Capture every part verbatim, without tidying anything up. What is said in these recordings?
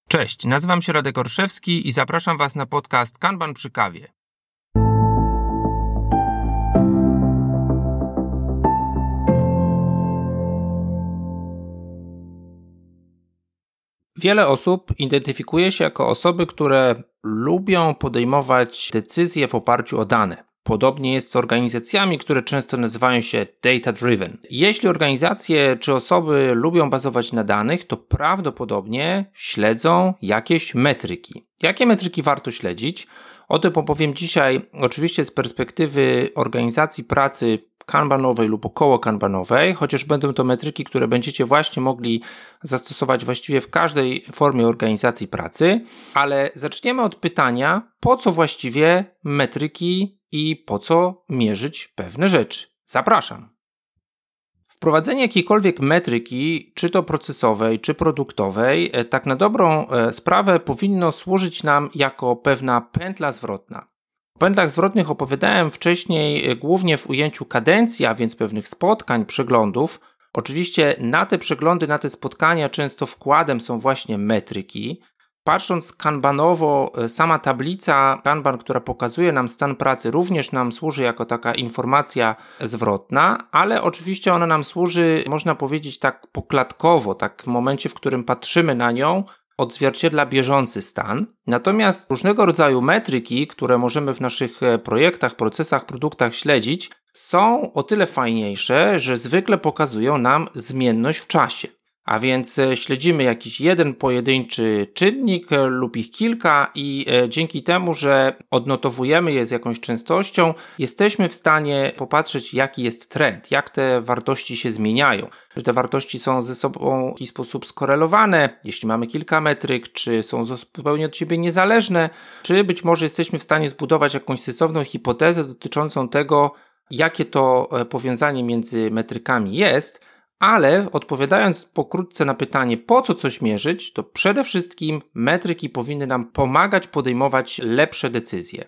Cześć, nazywam się Radek Orszewski i zapraszam Was na podcast Kanban przy kawie. Wiele osób identyfikuje się jako osoby, które lubią podejmować decyzje w oparciu o dane. Podobnie jest z organizacjami, które często nazywają się data-driven. Jeśli organizacje czy osoby lubią bazować na danych, to prawdopodobnie śledzą jakieś metryki. Jakie metryki warto śledzić? O tym opowiem dzisiaj oczywiście z perspektywy organizacji pracy kanbanowej lub około kanbanowej, chociaż będą to metryki, które będziecie właśnie mogli zastosować właściwie w każdej formie organizacji pracy, ale zaczniemy od pytania, po co właściwie metryki i po co mierzyć pewne rzeczy. Zapraszam. Wprowadzenie jakiejkolwiek metryki, czy to procesowej, czy produktowej, tak na dobrą sprawę powinno służyć nam jako pewna pętla zwrotna. O pętlach zwrotnych opowiadałem wcześniej głównie w ujęciu kadencji, a więc pewnych spotkań, przeglądów. Oczywiście na te przeglądy, na te spotkania często wkładem są właśnie metryki. Patrząc kanbanowo, sama tablica Kanban, która pokazuje nam stan pracy, również nam służy jako taka informacja zwrotna, ale oczywiście ona nam służy, można powiedzieć tak poklatkowo, tak w momencie, w którym patrzymy na nią, odzwierciedla bieżący stan. Natomiast różnego rodzaju metryki, które możemy w naszych projektach, procesach, produktach śledzić, są o tyle fajniejsze, że zwykle pokazują nam zmienność w czasie. A więc śledzimy jakiś jeden pojedynczy czynnik lub ich kilka i dzięki temu, że odnotowujemy je z jakąś częstością, jesteśmy w stanie popatrzeć, jaki jest trend, jak te wartości się zmieniają. Czy te wartości są ze sobą w jakiś sposób skorelowane, jeśli mamy kilka metryk, czy są zupełnie od siebie niezależne, czy być może jesteśmy w stanie zbudować jakąś sensowną hipotezę dotyczącą tego, jakie to powiązanie między metrykami jest. Ale odpowiadając pokrótce na pytanie, po co coś mierzyć, to przede wszystkim metryki powinny nam pomagać podejmować lepsze decyzje.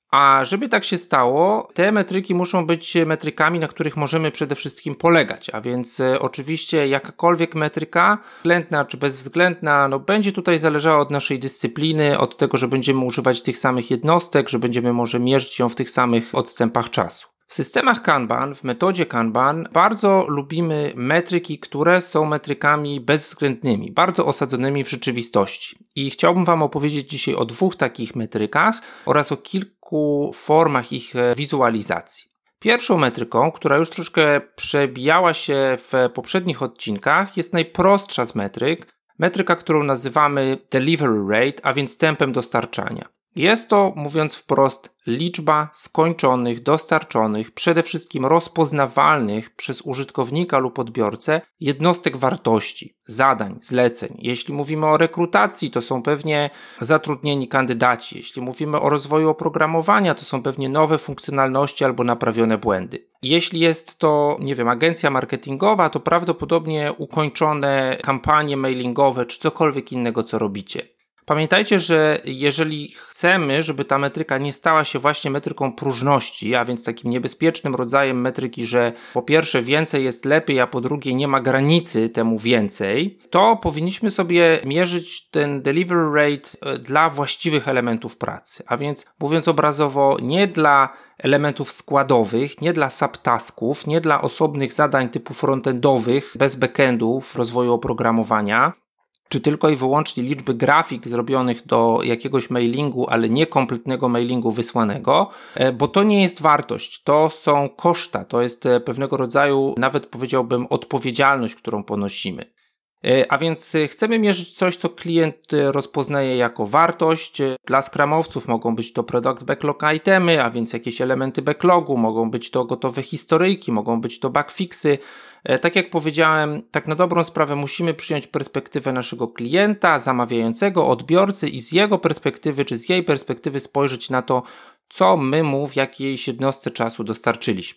A żeby tak się stało, te metryki muszą być metrykami, na których możemy przede wszystkim polegać, a więc e, oczywiście jakakolwiek metryka, względna czy bezwzględna, no będzie tutaj zależała od naszej dyscypliny, od tego, że będziemy używać tych samych jednostek, że będziemy może mierzyć ją w tych samych odstępach czasu. W systemach Kanban, w metodzie Kanban bardzo lubimy metryki, które są metrykami bezwzględnymi, bardzo osadzonymi w rzeczywistości. I chciałbym Wam opowiedzieć dzisiaj o dwóch takich metrykach oraz o kilku formach ich wizualizacji. Pierwszą metryką, która już troszkę przebijała się w poprzednich odcinkach, jest najprostsza z metryk, metryka, którą nazywamy delivery rate, a więc tempem dostarczania. Jest to, mówiąc wprost, liczba skończonych, dostarczonych, przede wszystkim rozpoznawalnych przez użytkownika lub odbiorcę jednostek wartości, zadań, zleceń. Jeśli mówimy o rekrutacji, to są pewnie zatrudnieni kandydaci. Jeśli mówimy o rozwoju oprogramowania, to są pewnie nowe funkcjonalności albo naprawione błędy. Jeśli jest to, nie wiem, agencja marketingowa, to prawdopodobnie ukończone kampanie mailingowe czy cokolwiek innego, co robicie. Pamiętajcie, że jeżeli chcemy, żeby ta metryka nie stała się właśnie metryką próżności, a więc takim niebezpiecznym rodzajem metryki, że po pierwsze więcej jest lepiej, a po drugie nie ma granicy temu więcej, to powinniśmy sobie mierzyć ten delivery rate dla właściwych elementów pracy. A więc mówiąc obrazowo, nie dla elementów składowych, nie dla subtasków, nie dla osobnych zadań typu frontendowych, bez backendów rozwoju oprogramowania, czy tylko i wyłącznie liczby grafik zrobionych do jakiegoś mailingu, ale nie kompletnego mailingu wysłanego, bo to nie jest wartość, to są koszta, to jest pewnego rodzaju, nawet powiedziałbym, odpowiedzialność, którą ponosimy. A więc chcemy mierzyć coś, co klient rozpoznaje jako wartość. Dla skramowców mogą być to product backlog itemy, a więc jakieś elementy backlogu, mogą być to gotowe historyjki, mogą być to bugfixy. Tak jak powiedziałem, tak na dobrą sprawę musimy przyjąć perspektywę naszego klienta, zamawiającego, odbiorcy i z jego perspektywy czy z jej perspektywy spojrzeć na to, co my mu w jakiejś jednostce czasu dostarczyliśmy.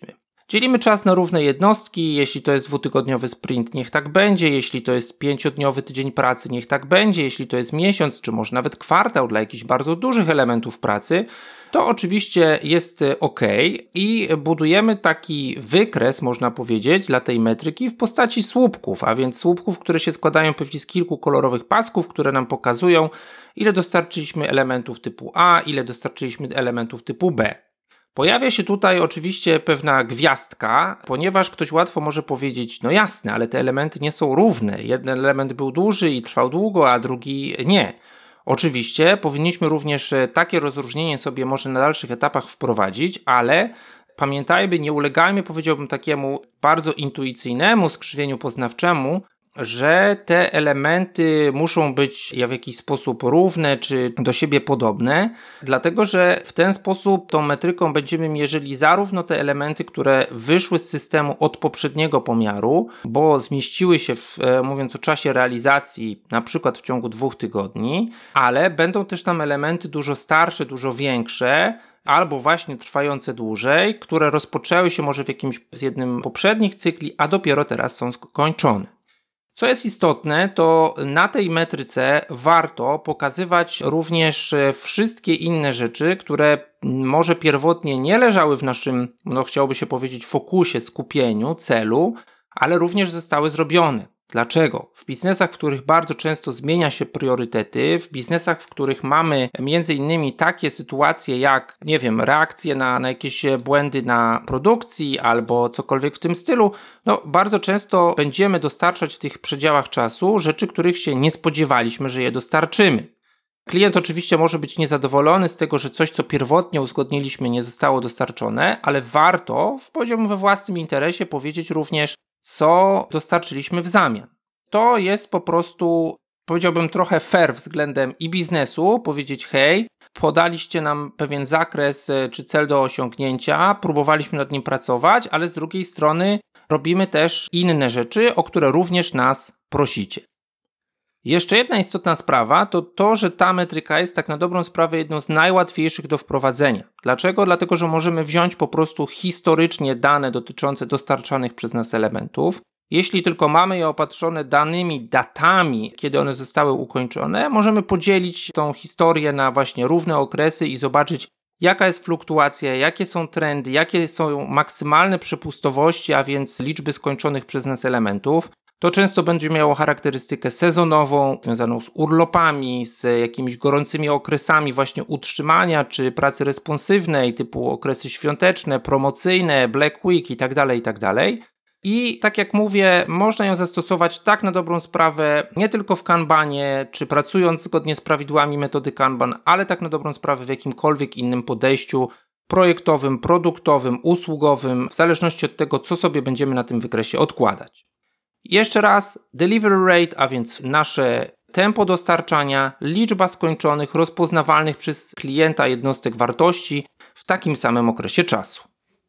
Dzielimy czas na równe jednostki, jeśli to jest dwutygodniowy sprint, niech tak będzie, jeśli to jest pięciodniowy tydzień pracy, niech tak będzie, jeśli to jest miesiąc, czy może nawet kwartał dla jakichś bardzo dużych elementów pracy, to oczywiście jest ok i budujemy taki wykres, można powiedzieć, dla tej metryki w postaci słupków, a więc słupków, które się składają pewnie z kilku kolorowych pasków, które nam pokazują, ile dostarczyliśmy elementów typu A, ile dostarczyliśmy elementów typu B. Pojawia się tutaj oczywiście pewna gwiazdka, ponieważ ktoś łatwo może powiedzieć, no jasne, ale te elementy nie są równe. Jeden element był duży i trwał długo, a drugi nie. Oczywiście powinniśmy również takie rozróżnienie sobie może na dalszych etapach wprowadzić, ale pamiętajmy, nie ulegajmy, powiedziałbym, takiemu bardzo intuicyjnemu skrzywieniu poznawczemu, że te elementy muszą być w jakiś sposób równe czy do siebie podobne, dlatego że w ten sposób tą metryką będziemy mierzyli zarówno te elementy, które wyszły z systemu od poprzedniego pomiaru, bo zmieściły się w, mówiąc o czasie realizacji, na przykład w ciągu dwóch tygodni, ale będą też tam elementy dużo starsze, dużo większe, albo właśnie trwające dłużej, które rozpoczęły się może w jakimś z jednym poprzednich cykli, a dopiero teraz są skończone. Co jest istotne, to na tej metryce warto pokazywać również wszystkie inne rzeczy, które może pierwotnie nie leżały w naszym, no chciałoby się powiedzieć, fokusie, skupieniu, celu, ale również zostały zrobione. Dlaczego? W biznesach, w których bardzo często zmienia się priorytety, w biznesach, w których mamy między innymi takie sytuacje jak, nie wiem, reakcje na, na jakieś błędy na produkcji albo cokolwiek w tym stylu, no bardzo często będziemy dostarczać w tych przedziałach czasu rzeczy, których się nie spodziewaliśmy, że je dostarczymy. Klient oczywiście może być niezadowolony z tego, że coś, co pierwotnie uzgodniliśmy, nie zostało dostarczone, ale warto, powiedziałbym, we własnym interesie powiedzieć również, co dostarczyliśmy w zamian. To jest po prostu, powiedziałbym, trochę fair względem i biznesu, powiedzieć hej, podaliście nam pewien zakres czy cel do osiągnięcia, próbowaliśmy nad nim pracować, ale z drugiej strony robimy też inne rzeczy, o które również nas prosicie. Jeszcze jedna istotna sprawa to to, że ta metryka jest tak na dobrą sprawę jedną z najłatwiejszych do wprowadzenia. Dlaczego? Dlatego, że możemy wziąć po prostu historycznie dane dotyczące dostarczanych przez nas elementów. Jeśli tylko mamy je opatrzone danymi datami, kiedy one zostały ukończone, możemy podzielić tą historię na właśnie równe okresy i zobaczyć, jaka jest fluktuacja, jakie są trendy, jakie są maksymalne przepustowości, a więc liczby skończonych przez nas elementów. To często będzie miało charakterystykę sezonową, związaną z urlopami, z jakimiś gorącymi okresami właśnie utrzymania czy pracy responsywnej, typu okresy świąteczne, promocyjne, Black Week itd., itd. I tak jak mówię, można ją zastosować tak na dobrą sprawę nie tylko w Kanbanie, czy pracując zgodnie z prawidłami metody Kanban, ale tak na dobrą sprawę w jakimkolwiek innym podejściu projektowym, produktowym, usługowym, w zależności od tego, co sobie będziemy na tym wykresie odkładać. Jeszcze raz, delivery rate, a więc nasze tempo dostarczania, liczba skończonych, rozpoznawalnych przez klienta jednostek wartości w takim samym okresie czasu.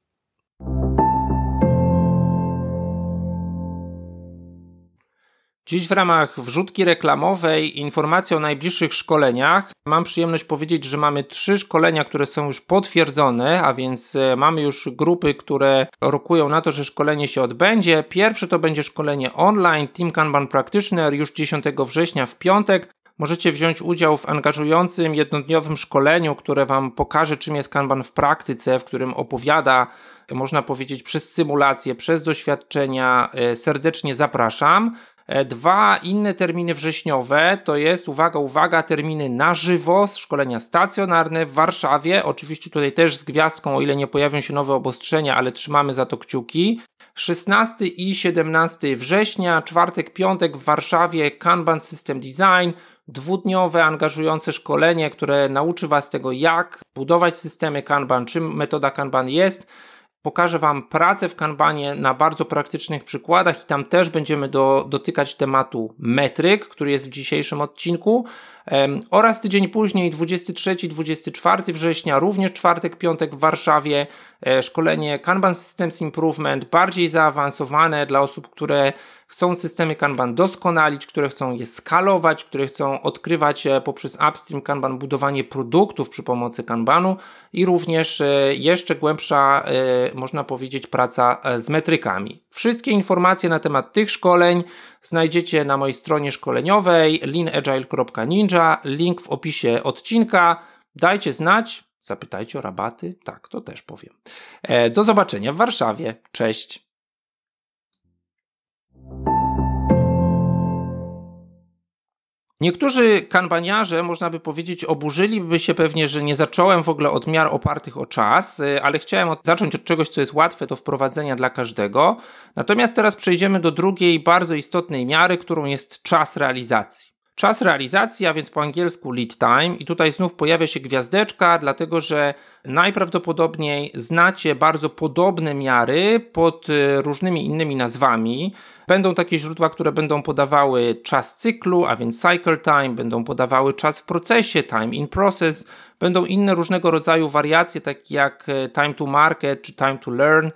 Dziś w ramach wrzutki reklamowej informacja o najbliższych szkoleniach. Mam przyjemność powiedzieć, że mamy trzy szkolenia, które są już potwierdzone, a więc mamy już grupy, które rokują na to, że szkolenie się odbędzie. Pierwsze to będzie szkolenie online Team Kanban Practitioner już dziesiątego września w piątek. Możecie wziąć udział w angażującym jednodniowym szkoleniu, które Wam pokaże, czym jest Kanban w praktyce, w którym opowiada, można powiedzieć, przez symulacje, przez doświadczenia. Serdecznie zapraszam. Dwa inne terminy wrześniowe to jest, uwaga, uwaga, terminy na żywo, szkolenia stacjonarne w Warszawie. Oczywiście tutaj też z gwiazdką, o ile nie pojawią się nowe obostrzenia, ale trzymamy za to kciuki. szesnastego i siedemnastego września, czwartek, piątek w Warszawie, Kanban System Design. Dwudniowe, angażujące szkolenie, które nauczy Was tego, jak budować systemy Kanban, czym metoda Kanban jest. Pokażę Wam pracę w Kanbanie na bardzo praktycznych przykładach i tam też będziemy do, dotykać tematu metryk, który jest w dzisiejszym odcinku. oraz tydzień później, dwudziestego trzeciego dwudziestego czwartego września, również czwartek, piątek w Warszawie, szkolenie Kanban Systems Improvement, bardziej zaawansowane dla osób, które chcą systemy Kanban doskonalić, które chcą je skalować, które chcą odkrywać poprzez Upstream Kanban budowanie produktów przy pomocy Kanbanu i również jeszcze głębsza, można powiedzieć, praca z metrykami. Wszystkie informacje na temat tych szkoleń znajdziecie na mojej stronie szkoleniowej lean agile kropka ninja, link w opisie odcinka. Dajcie znać, zapytajcie o rabaty, tak, to też powiem. Do zobaczenia w Warszawie, cześć! Niektórzy kanbaniarze, można by powiedzieć, oburzyliby się pewnie, że nie zacząłem w ogóle od miar opartych o czas, ale chciałem od, zacząć od czegoś, co jest łatwe do wprowadzenia dla każdego. Natomiast teraz przejdziemy do drugiej bardzo istotnej miary, którą jest czas realizacji. Czas realizacji, a więc po angielsku lead time, i tutaj znów pojawia się gwiazdeczka, dlatego że najprawdopodobniej znacie bardzo podobne miary pod różnymi innymi nazwami. Będą takie źródła, które będą podawały czas cyklu, a więc cycle time, będą podawały czas w procesie, time in process, będą inne różnego rodzaju wariacje, takie jak time to market czy time to learn,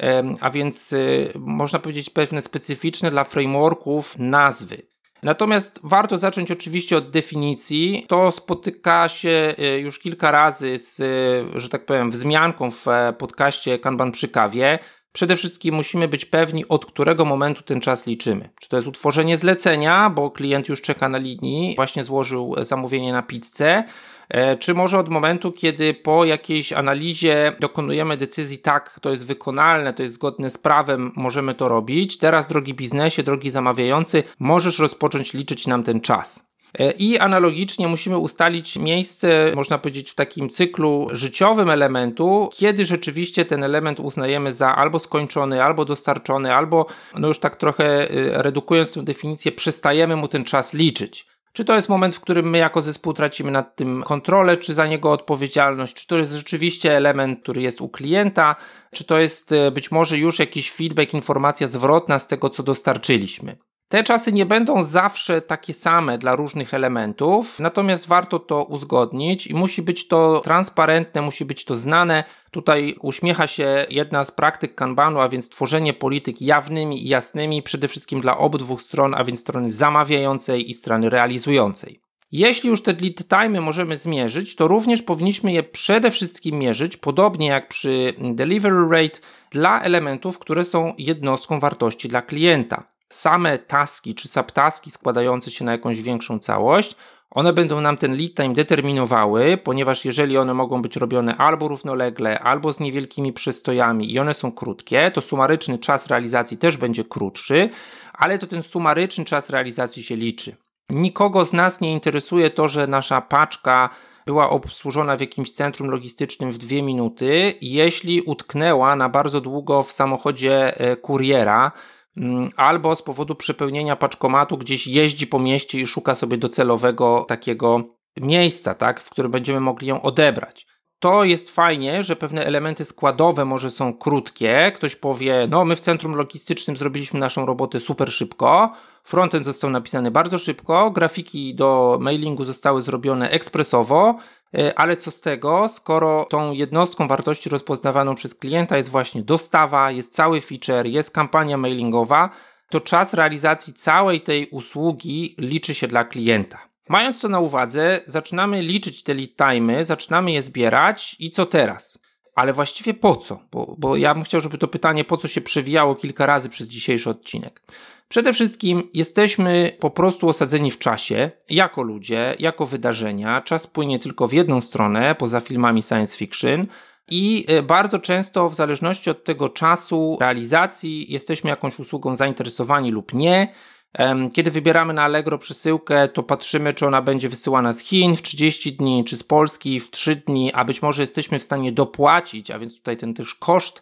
a więc można powiedzieć pewne specyficzne dla frameworków nazwy. Natomiast warto zacząć oczywiście od definicji. To spotyka się już kilka razy z, że tak powiem, wzmianką w podcaście Kanban przy kawie. Przede wszystkim musimy być pewni, od którego momentu ten czas liczymy. Czy to jest utworzenie zlecenia, bo klient już czeka na linii, właśnie złożył zamówienie na pizzę, czy może od momentu, kiedy po jakiejś analizie dokonujemy decyzji, tak, to jest wykonalne, to jest zgodne z prawem, możemy to robić. Teraz, drogi biznesie, drogi zamawiający, możesz rozpocząć liczyć nam ten czas. I analogicznie musimy ustalić miejsce, można powiedzieć, w takim cyklu życiowym elementu, kiedy rzeczywiście ten element uznajemy za albo skończony, albo dostarczony, albo, no już tak trochę redukując tę definicję, przestajemy mu ten czas liczyć. Czy to jest moment, w którym my jako zespół tracimy nad tym kontrolę, czy za niego odpowiedzialność, czy to jest rzeczywiście element, który jest u klienta, czy to jest być może już jakiś feedback, informacja zwrotna z tego, co dostarczyliśmy. Te czasy nie będą zawsze takie same dla różnych elementów, natomiast warto to uzgodnić i musi być to transparentne, musi być to znane. Tutaj uśmiecha się jedna z praktyk Kanbanu, a więc tworzenie polityk jawnymi i jasnymi, przede wszystkim dla obydwu stron, a więc strony zamawiającej i strony realizującej. Jeśli już te lead time'y możemy zmierzyć, to również powinniśmy je przede wszystkim mierzyć, podobnie jak przy delivery rate, dla elementów, które są jednostką wartości dla klienta. Same taski czy subtaski składające się na jakąś większą całość, one będą nam ten lead time determinowały, ponieważ jeżeli one mogą być robione albo równolegle, albo z niewielkimi przestojami i one są krótkie, to sumaryczny czas realizacji też będzie krótszy, ale to ten sumaryczny czas realizacji się liczy. Nikogo z nas nie interesuje to, że nasza paczka była obsłużona w jakimś centrum logistycznym w dwie minuty, jeśli utknęła na bardzo długo w samochodzie kuriera, albo z powodu przepełnienia paczkomatu gdzieś jeździ po mieście i szuka sobie docelowego takiego miejsca, tak, w którym będziemy mogli ją odebrać. To jest fajnie, że pewne elementy składowe może są krótkie. Ktoś powie, no my w centrum logistycznym zrobiliśmy naszą robotę super szybko, frontend został napisany bardzo szybko, grafiki do mailingu zostały zrobione ekspresowo, ale co z tego, skoro tą jednostką wartości rozpoznawaną przez klienta jest właśnie dostawa, jest cały feature, jest kampania mailingowa, to czas realizacji całej tej usługi liczy się dla klienta. Mając to na uwadze, zaczynamy liczyć te lead time'y, zaczynamy je zbierać i co teraz? Ale właściwie po co? Bo, bo ja bym chciał, żeby to pytanie po co się przewijało kilka razy przez dzisiejszy odcinek. Przede wszystkim jesteśmy po prostu osadzeni w czasie, jako ludzie, jako wydarzenia. Czas płynie tylko w jedną stronę, poza filmami science fiction i bardzo często w zależności od tego czasu realizacji jesteśmy jakąś usługą zainteresowani lub nie. Kiedy wybieramy na Allegro przesyłkę, to patrzymy, czy ona będzie wysyłana z Chin w trzydzieści dni, czy z Polski w trzy dni, a być może jesteśmy w stanie dopłacić, a więc tutaj ten też koszt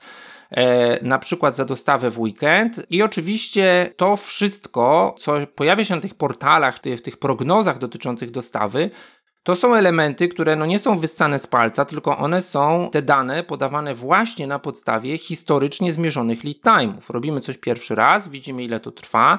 e, na przykład za dostawę w weekend. I oczywiście to wszystko, co pojawia się na tych portalach, w tych prognozach dotyczących dostawy, to są elementy, które no nie są wyssane z palca, tylko one są, te dane, podawane właśnie na podstawie historycznie zmierzonych lead time'ów. Robimy coś pierwszy raz, widzimy ile to trwa,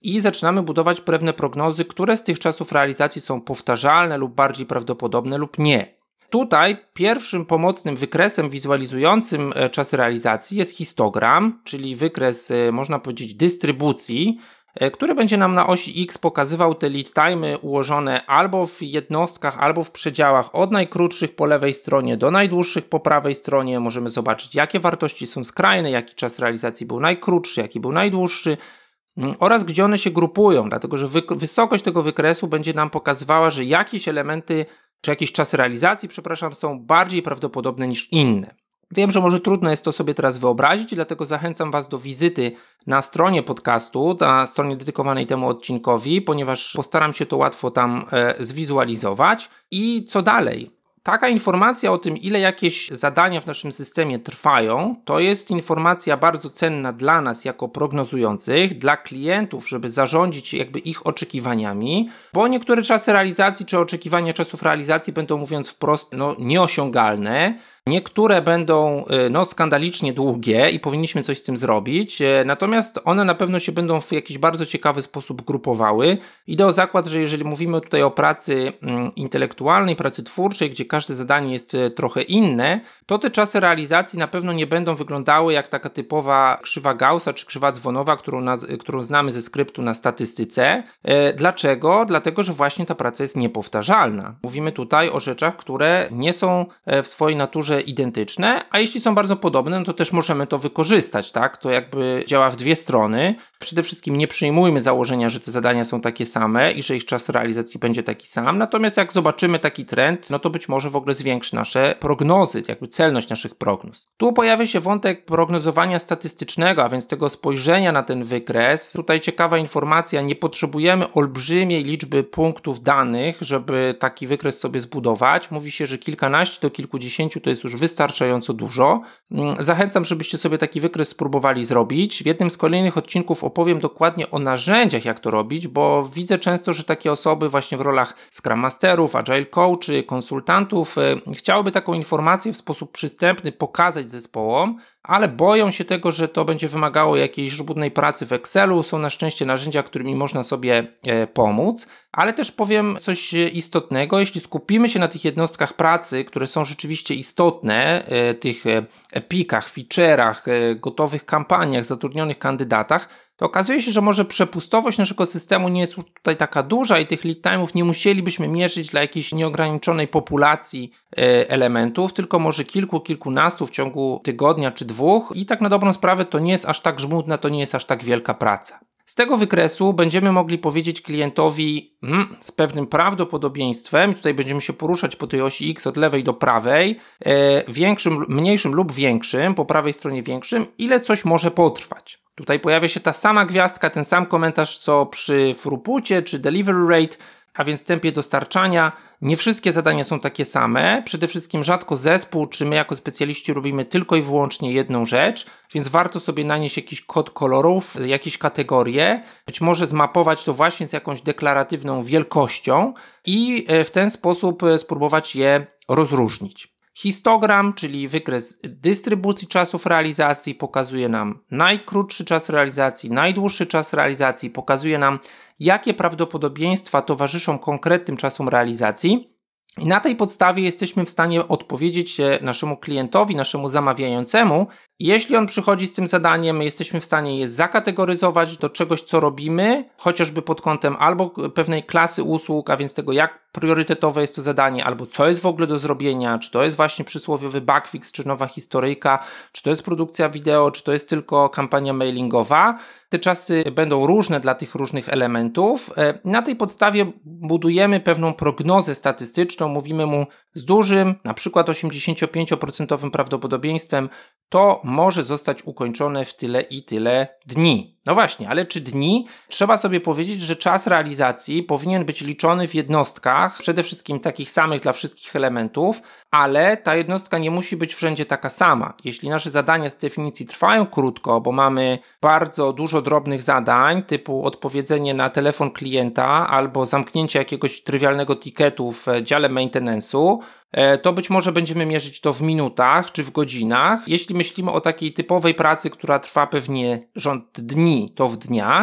i zaczynamy budować pewne prognozy, które z tych czasów realizacji są powtarzalne lub bardziej prawdopodobne lub nie. Tutaj pierwszym pomocnym wykresem wizualizującym czasy realizacji jest histogram, czyli wykres, można powiedzieć, dystrybucji, który będzie nam na osi X pokazywał te lead time'y ułożone albo w jednostkach, albo w przedziałach od najkrótszych po lewej stronie do najdłuższych po prawej stronie. Możemy zobaczyć, jakie wartości są skrajne, jaki czas realizacji był najkrótszy, jaki był najdłuższy oraz gdzie one się grupują, dlatego że wy- wysokość tego wykresu będzie nam pokazywała, że jakieś elementy czy jakieś czasy realizacji, przepraszam, są bardziej prawdopodobne niż inne. Wiem, że może trudno jest to sobie teraz wyobrazić, dlatego zachęcam Was do wizyty na stronie podcastu, na stronie dedykowanej temu odcinkowi, ponieważ postaram się to łatwo tam e, zwizualizować. I co dalej? Taka informacja o tym, ile jakieś zadania w naszym systemie trwają, to jest informacja bardzo cenna dla nas jako prognozujących, dla klientów, żeby zarządzić jakby ich oczekiwaniami, bo niektóre czasy realizacji czy oczekiwania czasów realizacji będą, mówiąc wprost, no, nieosiągalne. Niektóre będą no, skandalicznie długie i powinniśmy coś z tym zrobić, natomiast one na pewno się będą w jakiś bardzo ciekawy sposób grupowały. Idę o zakład, że jeżeli mówimy tutaj o pracy intelektualnej, pracy twórczej, gdzie każde zadanie jest trochę inne, to te czasy realizacji na pewno nie będą wyglądały jak taka typowa krzywa Gaussa czy krzywa dzwonowa, którą, naz- którą znamy ze skryptu na statystyce. Dlaczego? Dlatego, że właśnie ta praca jest niepowtarzalna. Mówimy tutaj o rzeczach, które nie są w swojej naturze identyczne, a jeśli są bardzo podobne, no to też możemy to wykorzystać, tak? To jakby działa w dwie strony. Przede wszystkim nie przyjmujmy założenia, że te zadania są takie same i że ich czas realizacji będzie taki sam, natomiast jak zobaczymy taki trend, no to być może w ogóle zwiększy nasze prognozy, jakby celność naszych prognoz. Tu pojawia się wątek prognozowania statystycznego, a więc tego spojrzenia na ten wykres. Tutaj ciekawa informacja, nie potrzebujemy olbrzymiej liczby punktów danych, żeby taki wykres sobie zbudować. Mówi się, że kilkanaście do kilkudziesięciu to jest już wystarczająco dużo. Zachęcam, żebyście sobie taki wykres spróbowali zrobić. W jednym z kolejnych odcinków opowiem dokładnie o narzędziach, jak to robić, bo widzę często, że takie osoby właśnie w rolach Scrum Masterów, Agile Coachy, konsultantów chciałyby taką informację w sposób przystępny pokazać zespołom, ale boją się tego, że to będzie wymagało jakiejś żmudnej pracy w Excelu. Są na szczęście narzędzia, którymi można sobie e, pomóc, ale też powiem coś istotnego. Jeśli skupimy się na tych jednostkach pracy, które są rzeczywiście istotne, e, tych e, epikach, feature'ach, e, gotowych kampaniach, zatrudnionych kandydatach, to okazuje się, że może przepustowość naszego systemu nie jest tutaj taka duża i tych lead time'ów nie musielibyśmy mierzyć dla jakiejś nieograniczonej populacji e, elementów, tylko może kilku, kilkunastu w ciągu tygodnia czy dwóch i tak na dobrą sprawę to nie jest aż tak żmudna, to nie jest aż tak wielka praca. Z tego wykresu będziemy mogli powiedzieć klientowi hmm, z pewnym prawdopodobieństwem, tutaj będziemy się poruszać po tej osi X od lewej do prawej, e, większym, mniejszym lub większym, po prawej stronie większym, ile coś może potrwać. Tutaj pojawia się ta sama gwiazdka, ten sam komentarz co przy throughpucie czy delivery rate, a więc tempie dostarczania. Nie wszystkie zadania są takie same. Przede wszystkim rzadko zespół, czy my jako specjaliści robimy tylko i wyłącznie jedną rzecz, więc warto sobie nanieść jakiś kod kolorów, jakieś kategorie, być może zmapować to właśnie z jakąś deklaratywną wielkością i w ten sposób spróbować je rozróżnić. Histogram, czyli wykres dystrybucji czasów realizacji, pokazuje nam najkrótszy czas realizacji, najdłuższy czas realizacji, pokazuje nam, jakie prawdopodobieństwa towarzyszą konkretnym czasom realizacji. I na tej podstawie jesteśmy w stanie odpowiedzieć naszemu klientowi, naszemu zamawiającemu. Jeśli on przychodzi z tym zadaniem, jesteśmy w stanie je zakategoryzować do czegoś, co robimy, chociażby pod kątem albo pewnej klasy usług, a więc tego, jak priorytetowe jest to zadanie, albo co jest w ogóle do zrobienia, czy to jest właśnie przysłowiowy bugfix, czy nowa historyjka, czy to jest produkcja wideo, czy to jest tylko kampania mailingowa. Te czasy będą różne dla tych różnych elementów. Na tej podstawie budujemy pewną prognozę statystyczną, mówimy mu z dużym, na przykład osiemdziesiąt pięć procent prawdopodobieństwem, to może zostać ukończone w tyle i tyle dni. No właśnie, ale czy dni? Trzeba sobie powiedzieć, że czas realizacji powinien być liczony w jednostkach, przede wszystkim takich samych dla wszystkich elementów, ale ta jednostka nie musi być wszędzie taka sama. Jeśli nasze zadania z definicji trwają krótko, bo mamy bardzo dużo drobnych zadań, typu odpowiedzenie na telefon klienta albo zamknięcie jakiegoś trywialnego ticketu w dziale maintenance'u, to być może będziemy mierzyć to w minutach czy w godzinach. Jeśli myślimy o takiej typowej pracy, która trwa pewnie rząd dni, to w dniach.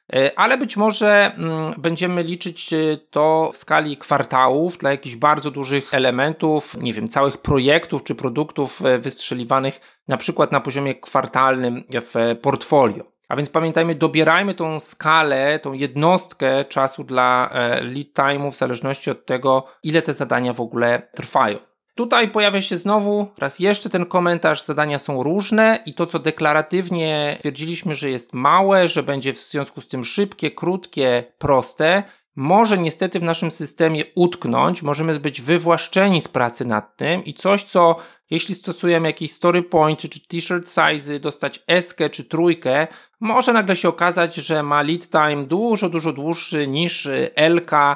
ale być może mm, będziemy liczyć to w skali kwartałów dla jakichś bardzo dużych elementów, nie wiem, całych projektów czy produktów wystrzeliwanych na przykład na poziomie kwartalnym w portfolio. A więc pamiętajmy, dobierajmy tą skalę, tą jednostkę czasu dla lead time'u w zależności od tego, ile te zadania w ogóle trwają. Tutaj pojawia się znowu raz jeszcze ten komentarz, zadania są różne i to, co deklaratywnie twierdziliśmy, że jest małe, że będzie w związku z tym szybkie, krótkie, proste, może niestety w naszym systemie utknąć, możemy być wywłaszczeni z pracy nad tym i coś, co jeśli stosujemy jakieś story pointy czy t-shirt size'y, dostać eskę czy trójkę, może nagle się okazać, że ma lead time dużo, dużo dłuższy niż L-ka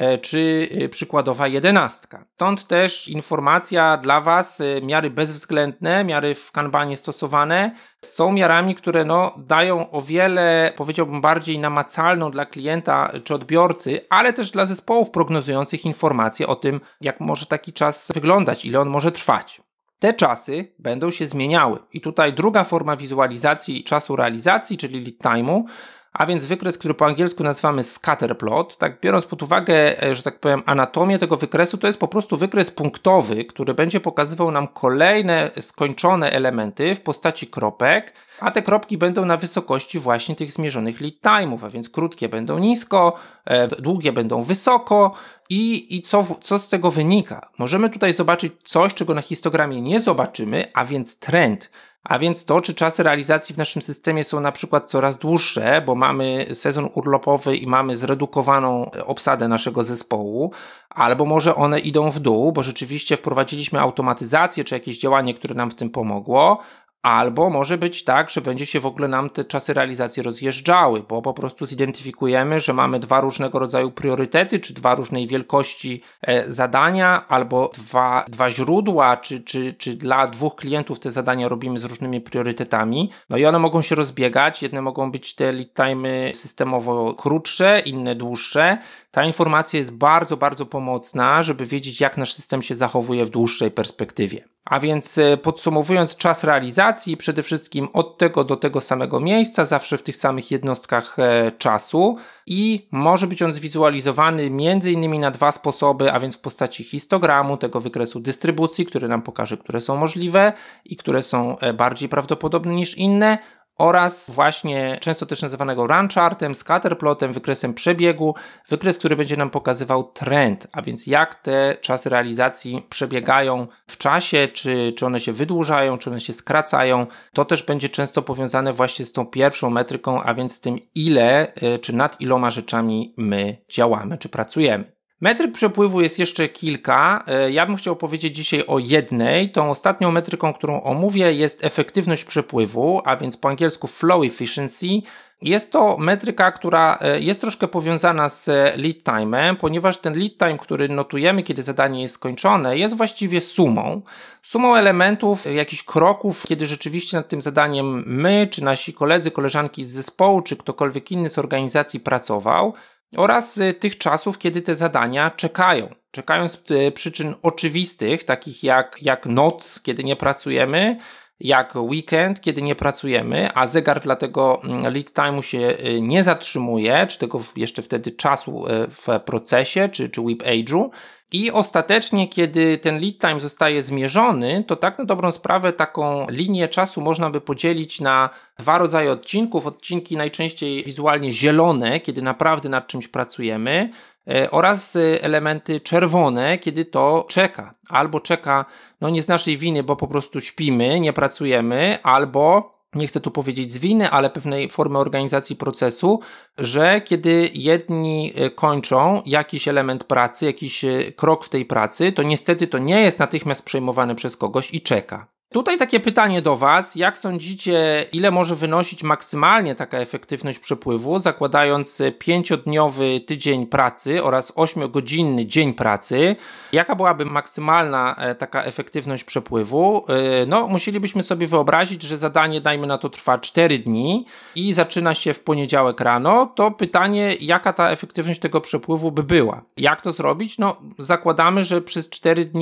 czy przykładowa jedenastka. Stąd też informacja dla Was, miary bezwzględne, miary w Kanbanie stosowane są miarami, które no, dają o wiele, powiedziałbym, bardziej namacalną dla klienta czy odbiorcy, ale też dla zespołów prognozujących informacje o tym, jak może taki czas wyglądać, ile on może trwać. Te czasy będą się zmieniały i tutaj druga forma wizualizacji czasu realizacji, czyli lead time'u, a więc wykres, który po angielsku nazywamy scatterplot, tak biorąc pod uwagę, że tak powiem, anatomię tego wykresu, to jest po prostu wykres punktowy, który będzie pokazywał nam kolejne skończone elementy w postaci kropek, a te kropki będą na wysokości właśnie tych zmierzonych lead time'ów, a więc krótkie będą nisko, długie będą wysoko i, i co, co z tego wynika? Możemy tutaj zobaczyć coś, czego na histogramie nie zobaczymy, a więc trend. A więc to, czy czasy realizacji w naszym systemie są na przykład coraz dłuższe, bo mamy sezon urlopowy i mamy zredukowaną obsadę naszego zespołu, albo może one idą w dół, bo rzeczywiście wprowadziliśmy automatyzację czy jakieś działanie, które nam w tym pomogło, albo może być tak, że będzie się w ogóle nam te czasy realizacji rozjeżdżały, bo po prostu zidentyfikujemy, że mamy dwa różnego rodzaju priorytety, czy dwa różnej wielkości e, zadania, albo dwa, dwa źródła, czy, czy, czy dla dwóch klientów te zadania robimy z różnymi priorytetami. No i one mogą się rozbiegać, jedne mogą być te lead time'y systemowo krótsze, inne dłuższe. Ta informacja jest bardzo, bardzo pomocna, żeby wiedzieć, jak nasz system się zachowuje w dłuższej perspektywie. A więc podsumowując, czas realizacji przede wszystkim od tego do tego samego miejsca, zawsze w tych samych jednostkach e, czasu i może być on zwizualizowany między innymi na dwa sposoby, a więc w postaci histogramu, tego wykresu dystrybucji, który nam pokaże, które są możliwe i które są bardziej prawdopodobne niż inne, oraz właśnie często też nazywanego run chartem, scatterplotem, wykresem przebiegu, wykres, który będzie nam pokazywał trend, a więc jak te czasy realizacji przebiegają w czasie, czy, czy one się wydłużają, czy one się skracają. To też będzie często powiązane właśnie z tą pierwszą metryką, a więc z tym, ile czy nad iloma rzeczami my działamy, czy pracujemy. Metryk przepływu jest jeszcze kilka. Ja bym chciał powiedzieć dzisiaj o jednej. Tą ostatnią metryką, którą omówię, jest efektywność przepływu, a więc po angielsku flow efficiency. Jest to metryka, która jest troszkę powiązana z lead time'em, ponieważ ten lead time, który notujemy, kiedy zadanie jest skończone, jest właściwie sumą. Sumą elementów, jakichś kroków, kiedy rzeczywiście nad tym zadaniem my, czy nasi koledzy, koleżanki z zespołu, czy ktokolwiek inny z organizacji pracował, oraz tych czasów, kiedy te zadania czekają. Czekają z przyczyn oczywistych, takich jak, jak noc, kiedy nie pracujemy, jak weekend, kiedy nie pracujemy, a zegar dla tego lead time'u się nie zatrzymuje, czy tego jeszcze wtedy czasu w procesie, czy, czy whip age'u. I ostatecznie, kiedy ten lead time zostaje zmierzony, to tak na dobrą sprawę taką linię czasu można by podzielić na dwa rodzaje odcinków. Odcinki najczęściej wizualnie zielone, kiedy naprawdę nad czymś pracujemy, oraz elementy czerwone, kiedy to czeka. Albo czeka, no nie z naszej winy, bo po prostu śpimy, nie pracujemy, albo nie chcę tu powiedzieć z winy, ale pewnej formy organizacji procesu, że kiedy jedni kończą jakiś element pracy, jakiś krok w tej pracy, to niestety to nie jest natychmiast przejmowany przez kogoś i czeka. Tutaj takie pytanie do Was, jak sądzicie, ile może wynosić maksymalnie taka efektywność przepływu, zakładając pięciodniowy tydzień pracy oraz ośmiogodzinny dzień pracy? Jaka byłaby maksymalna taka efektywność przepływu? No, musielibyśmy sobie wyobrazić, że zadanie, dajmy na to, trwa cztery dni i zaczyna się w poniedziałek rano, to pytanie, jaka ta efektywność tego przepływu by była? Jak to zrobić? No, zakładamy, że przez cztery dni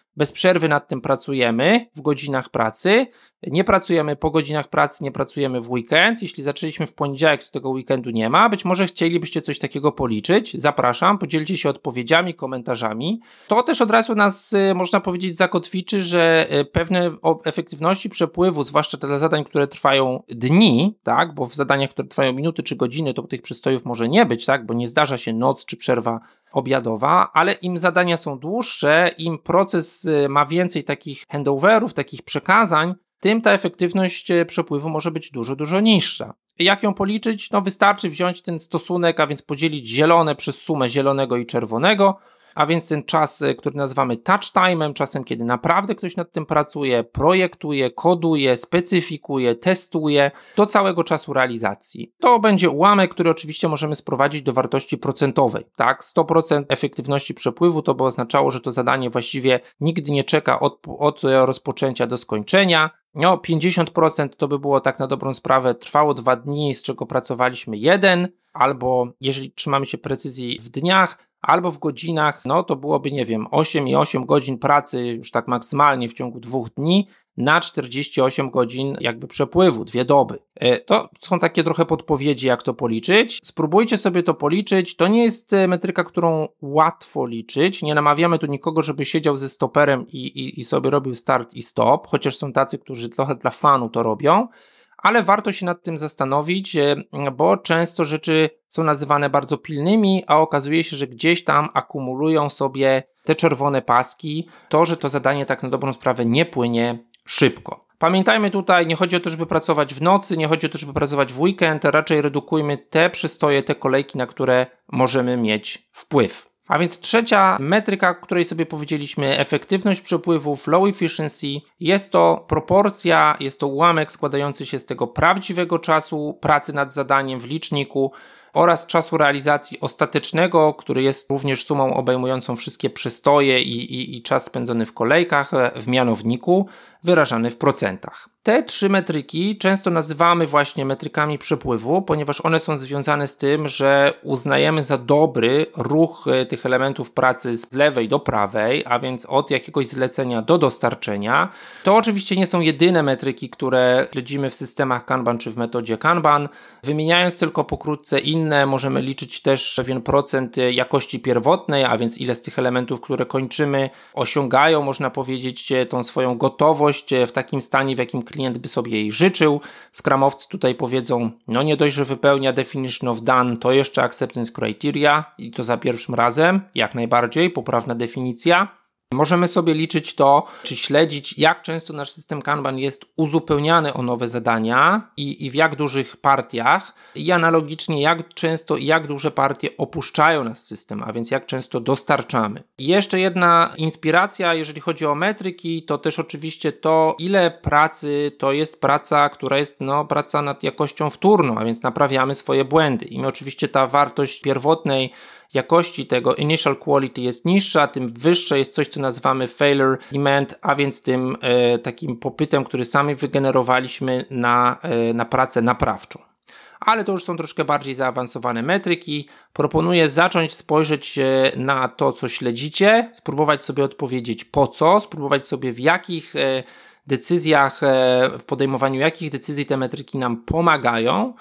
bez przerwy nad tym pracujemy w godzinach pracy, nie pracujemy po godzinach pracy, nie pracujemy w weekend. Jeśli zaczęliśmy w poniedziałek, to tego weekendu nie ma. Być może chcielibyście coś takiego policzyć. Zapraszam, podzielcie się odpowiedziami, komentarzami. To też od razu nas, można powiedzieć, zakotwiczy, że pewne efektywności przepływu, zwłaszcza dla zadań, które trwają dni, tak, bo w zadaniach, które trwają minuty czy godziny, to tych przystojów może nie być, tak, bo nie zdarza się noc czy przerwa obiadowa, ale im zadania są dłuższe, im proces ma więcej takich handoverów, takich przekazań, tym ta efektywność przepływu może być dużo, dużo niższa. Jak ją policzyć? No wystarczy wziąć ten stosunek, a więc podzielić zielone przez sumę zielonego i czerwonego, a więc ten czas, który nazywamy touch time'em, czasem kiedy naprawdę ktoś nad tym pracuje, projektuje, koduje, specyfikuje, testuje, do całego czasu realizacji. To będzie ułamek, który oczywiście możemy sprowadzić do wartości procentowej. Tak? sto procent efektywności przepływu to by oznaczało, że to zadanie właściwie nigdy nie czeka od, od rozpoczęcia do skończenia. No, pięćdziesiąt procent to by było tak na dobrą sprawę, trwało dwa dni, z czego pracowaliśmy jeden, albo jeżeli trzymamy się precyzji w dniach, albo w godzinach, no to byłoby, nie wiem, osiem i osiem godzin pracy już tak maksymalnie w ciągu dwóch dni na czterdzieści osiem godzin jakby przepływu, dwie doby. To są takie trochę podpowiedzi, jak to policzyć. Spróbujcie sobie to policzyć. To nie jest metryka, którą łatwo liczyć. Nie namawiamy tu nikogo, żeby siedział ze stoperem i, i, i sobie robił start i stop, chociaż są tacy, którzy trochę dla fanu to robią. Ale warto się nad tym zastanowić, bo często rzeczy są nazywane bardzo pilnymi, a okazuje się, że gdzieś tam akumulują sobie te czerwone paski, to, że to zadanie tak na dobrą sprawę nie płynie szybko. Pamiętajmy tutaj, nie chodzi o to, żeby pracować w nocy, nie chodzi o to, żeby pracować w weekend, raczej redukujmy te przystoje, te kolejki, na które możemy mieć wpływ. A więc trzecia metryka, o której sobie powiedzieliśmy, efektywność przepływów, low efficiency, jest to proporcja, jest to ułamek składający się z tego prawdziwego czasu pracy nad zadaniem w liczniku oraz czasu realizacji ostatecznego, który jest również sumą obejmującą wszystkie przystoje i, i, i czas spędzony w kolejkach w mianowniku, wyrażany w procentach. Te trzy metryki często nazywamy właśnie metrykami przepływu, ponieważ one są związane z tym, że uznajemy za dobry ruch tych elementów pracy z lewej do prawej, a więc od jakiegoś zlecenia do dostarczenia. To oczywiście nie są jedyne metryki, które śledzimy w systemach Kanban czy w metodzie Kanban. Wymieniając tylko pokrótce inne, możemy liczyć też pewien procent jakości pierwotnej, a więc ile z tych elementów, które kończymy, osiągają, można powiedzieć, tą swoją gotowość w takim stanie, w jakim klient by sobie jej życzył. Scrumowcy tutaj powiedzą, no nie dość, że wypełnia definition of done, to jeszcze acceptance criteria i to za pierwszym razem, jak najbardziej, poprawna definicja. Możemy sobie liczyć to, czy śledzić, jak często nasz system Kanban jest uzupełniany o nowe zadania i, i w jak dużych partiach i analogicznie jak często i jak duże partie opuszczają nasz system, a więc jak często dostarczamy. I jeszcze jedna inspiracja, jeżeli chodzi o metryki, to też oczywiście to, ile pracy to jest praca, która jest no, praca nad jakością wtórną, a więc naprawiamy swoje błędy. I oczywiście ta wartość pierwotnej jakości tego initial quality jest niższa, tym wyższe jest coś, co nazywamy failure demand, a więc tym e, takim popytem, który sami wygenerowaliśmy na, e, na pracę naprawczą. Ale to już są troszkę bardziej zaawansowane metryki. Proponuję zacząć spojrzeć na to, co śledzicie, spróbować sobie odpowiedzieć po co, spróbować sobie w jakich e, decyzjach, w podejmowaniu jakich decyzji te metryki nam pomagają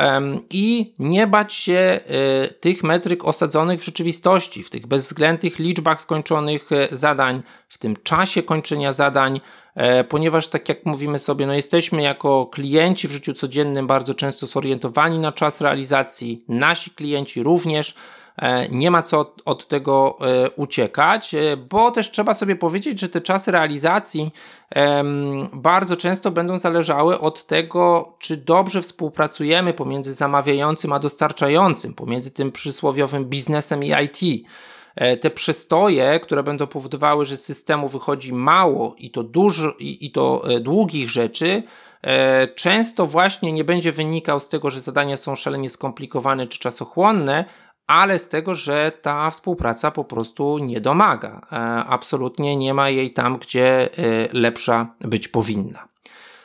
i nie bać się tych metryk osadzonych w rzeczywistości, w tych bezwzględnych liczbach skończonych zadań, w tym czasie kończenia zadań, ponieważ tak jak mówimy sobie, no jesteśmy jako klienci w życiu codziennym bardzo często zorientowani na czas realizacji, nasi klienci również. Nie ma co od, od tego e, uciekać, e, bo też trzeba sobie powiedzieć, że te czasy realizacji e, bardzo często będą zależały od tego, czy dobrze współpracujemy pomiędzy zamawiającym a dostarczającym, pomiędzy tym przysłowiowym biznesem i I T. E, te przystoje, które będą powodowały, że z systemu wychodzi mało i to dużo i, i to e, długich rzeczy, e, często właśnie nie będzie wynikał z tego, że zadania są szalenie skomplikowane czy czasochłonne, ale z tego, że ta współpraca po prostu nie domaga. Absolutnie nie ma jej tam, gdzie lepsza być powinna.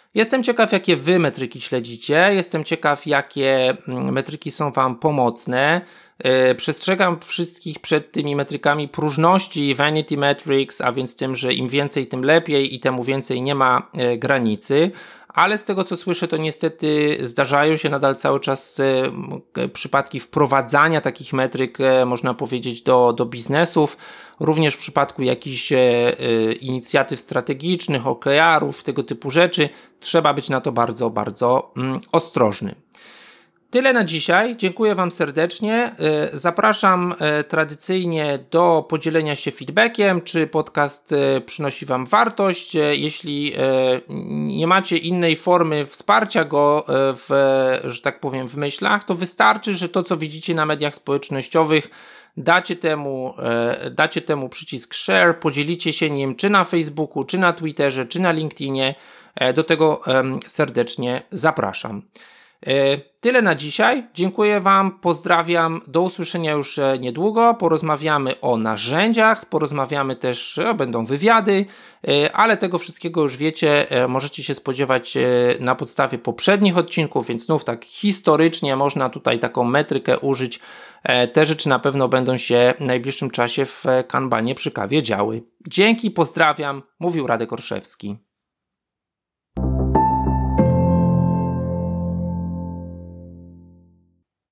Jestem ciekaw, jakie wy metryki śledzicie, jestem ciekaw, jakie metryki są wam pomocne. Yy, przestrzegam wszystkich przed tymi metrykami próżności, vanity metrics, a więc tym, że im więcej, tym lepiej i temu więcej nie ma yy, granicy. Ale z tego co słyszę, to niestety zdarzają się nadal cały czas e, przypadki wprowadzania takich metryk, e, można powiedzieć, do, do biznesów. Również w przypadku jakichś e, e, inicjatyw strategicznych, O K R-ów, tego typu rzeczy, trzeba być na to bardzo, bardzo mm, ostrożny. Tyle na dzisiaj. Dziękuję wam serdecznie. Zapraszam tradycyjnie do podzielenia się feedbackiem, czy podcast przynosi wam wartość. Jeśli nie macie innej formy wsparcia go, w, że tak powiem, w myślach, to wystarczy, że to, co widzicie na mediach społecznościowych, dacie temu, dacie temu przycisk share, podzielicie się nim czy na Facebooku, czy na Twitterze, czy na LinkedInie. Do tego serdecznie zapraszam. Tyle na dzisiaj. Dziękuję wam, pozdrawiam, do usłyszenia już niedługo. Porozmawiamy o narzędziach, porozmawiamy też, będą wywiady, ale tego wszystkiego już wiecie, możecie się spodziewać na podstawie poprzednich odcinków, więc znów tak historycznie można tutaj taką metrykę użyć. Te rzeczy na pewno będą się w najbliższym czasie w Kanbanie przy kawie działy. Dzięki, pozdrawiam, mówił Radek Orszewski.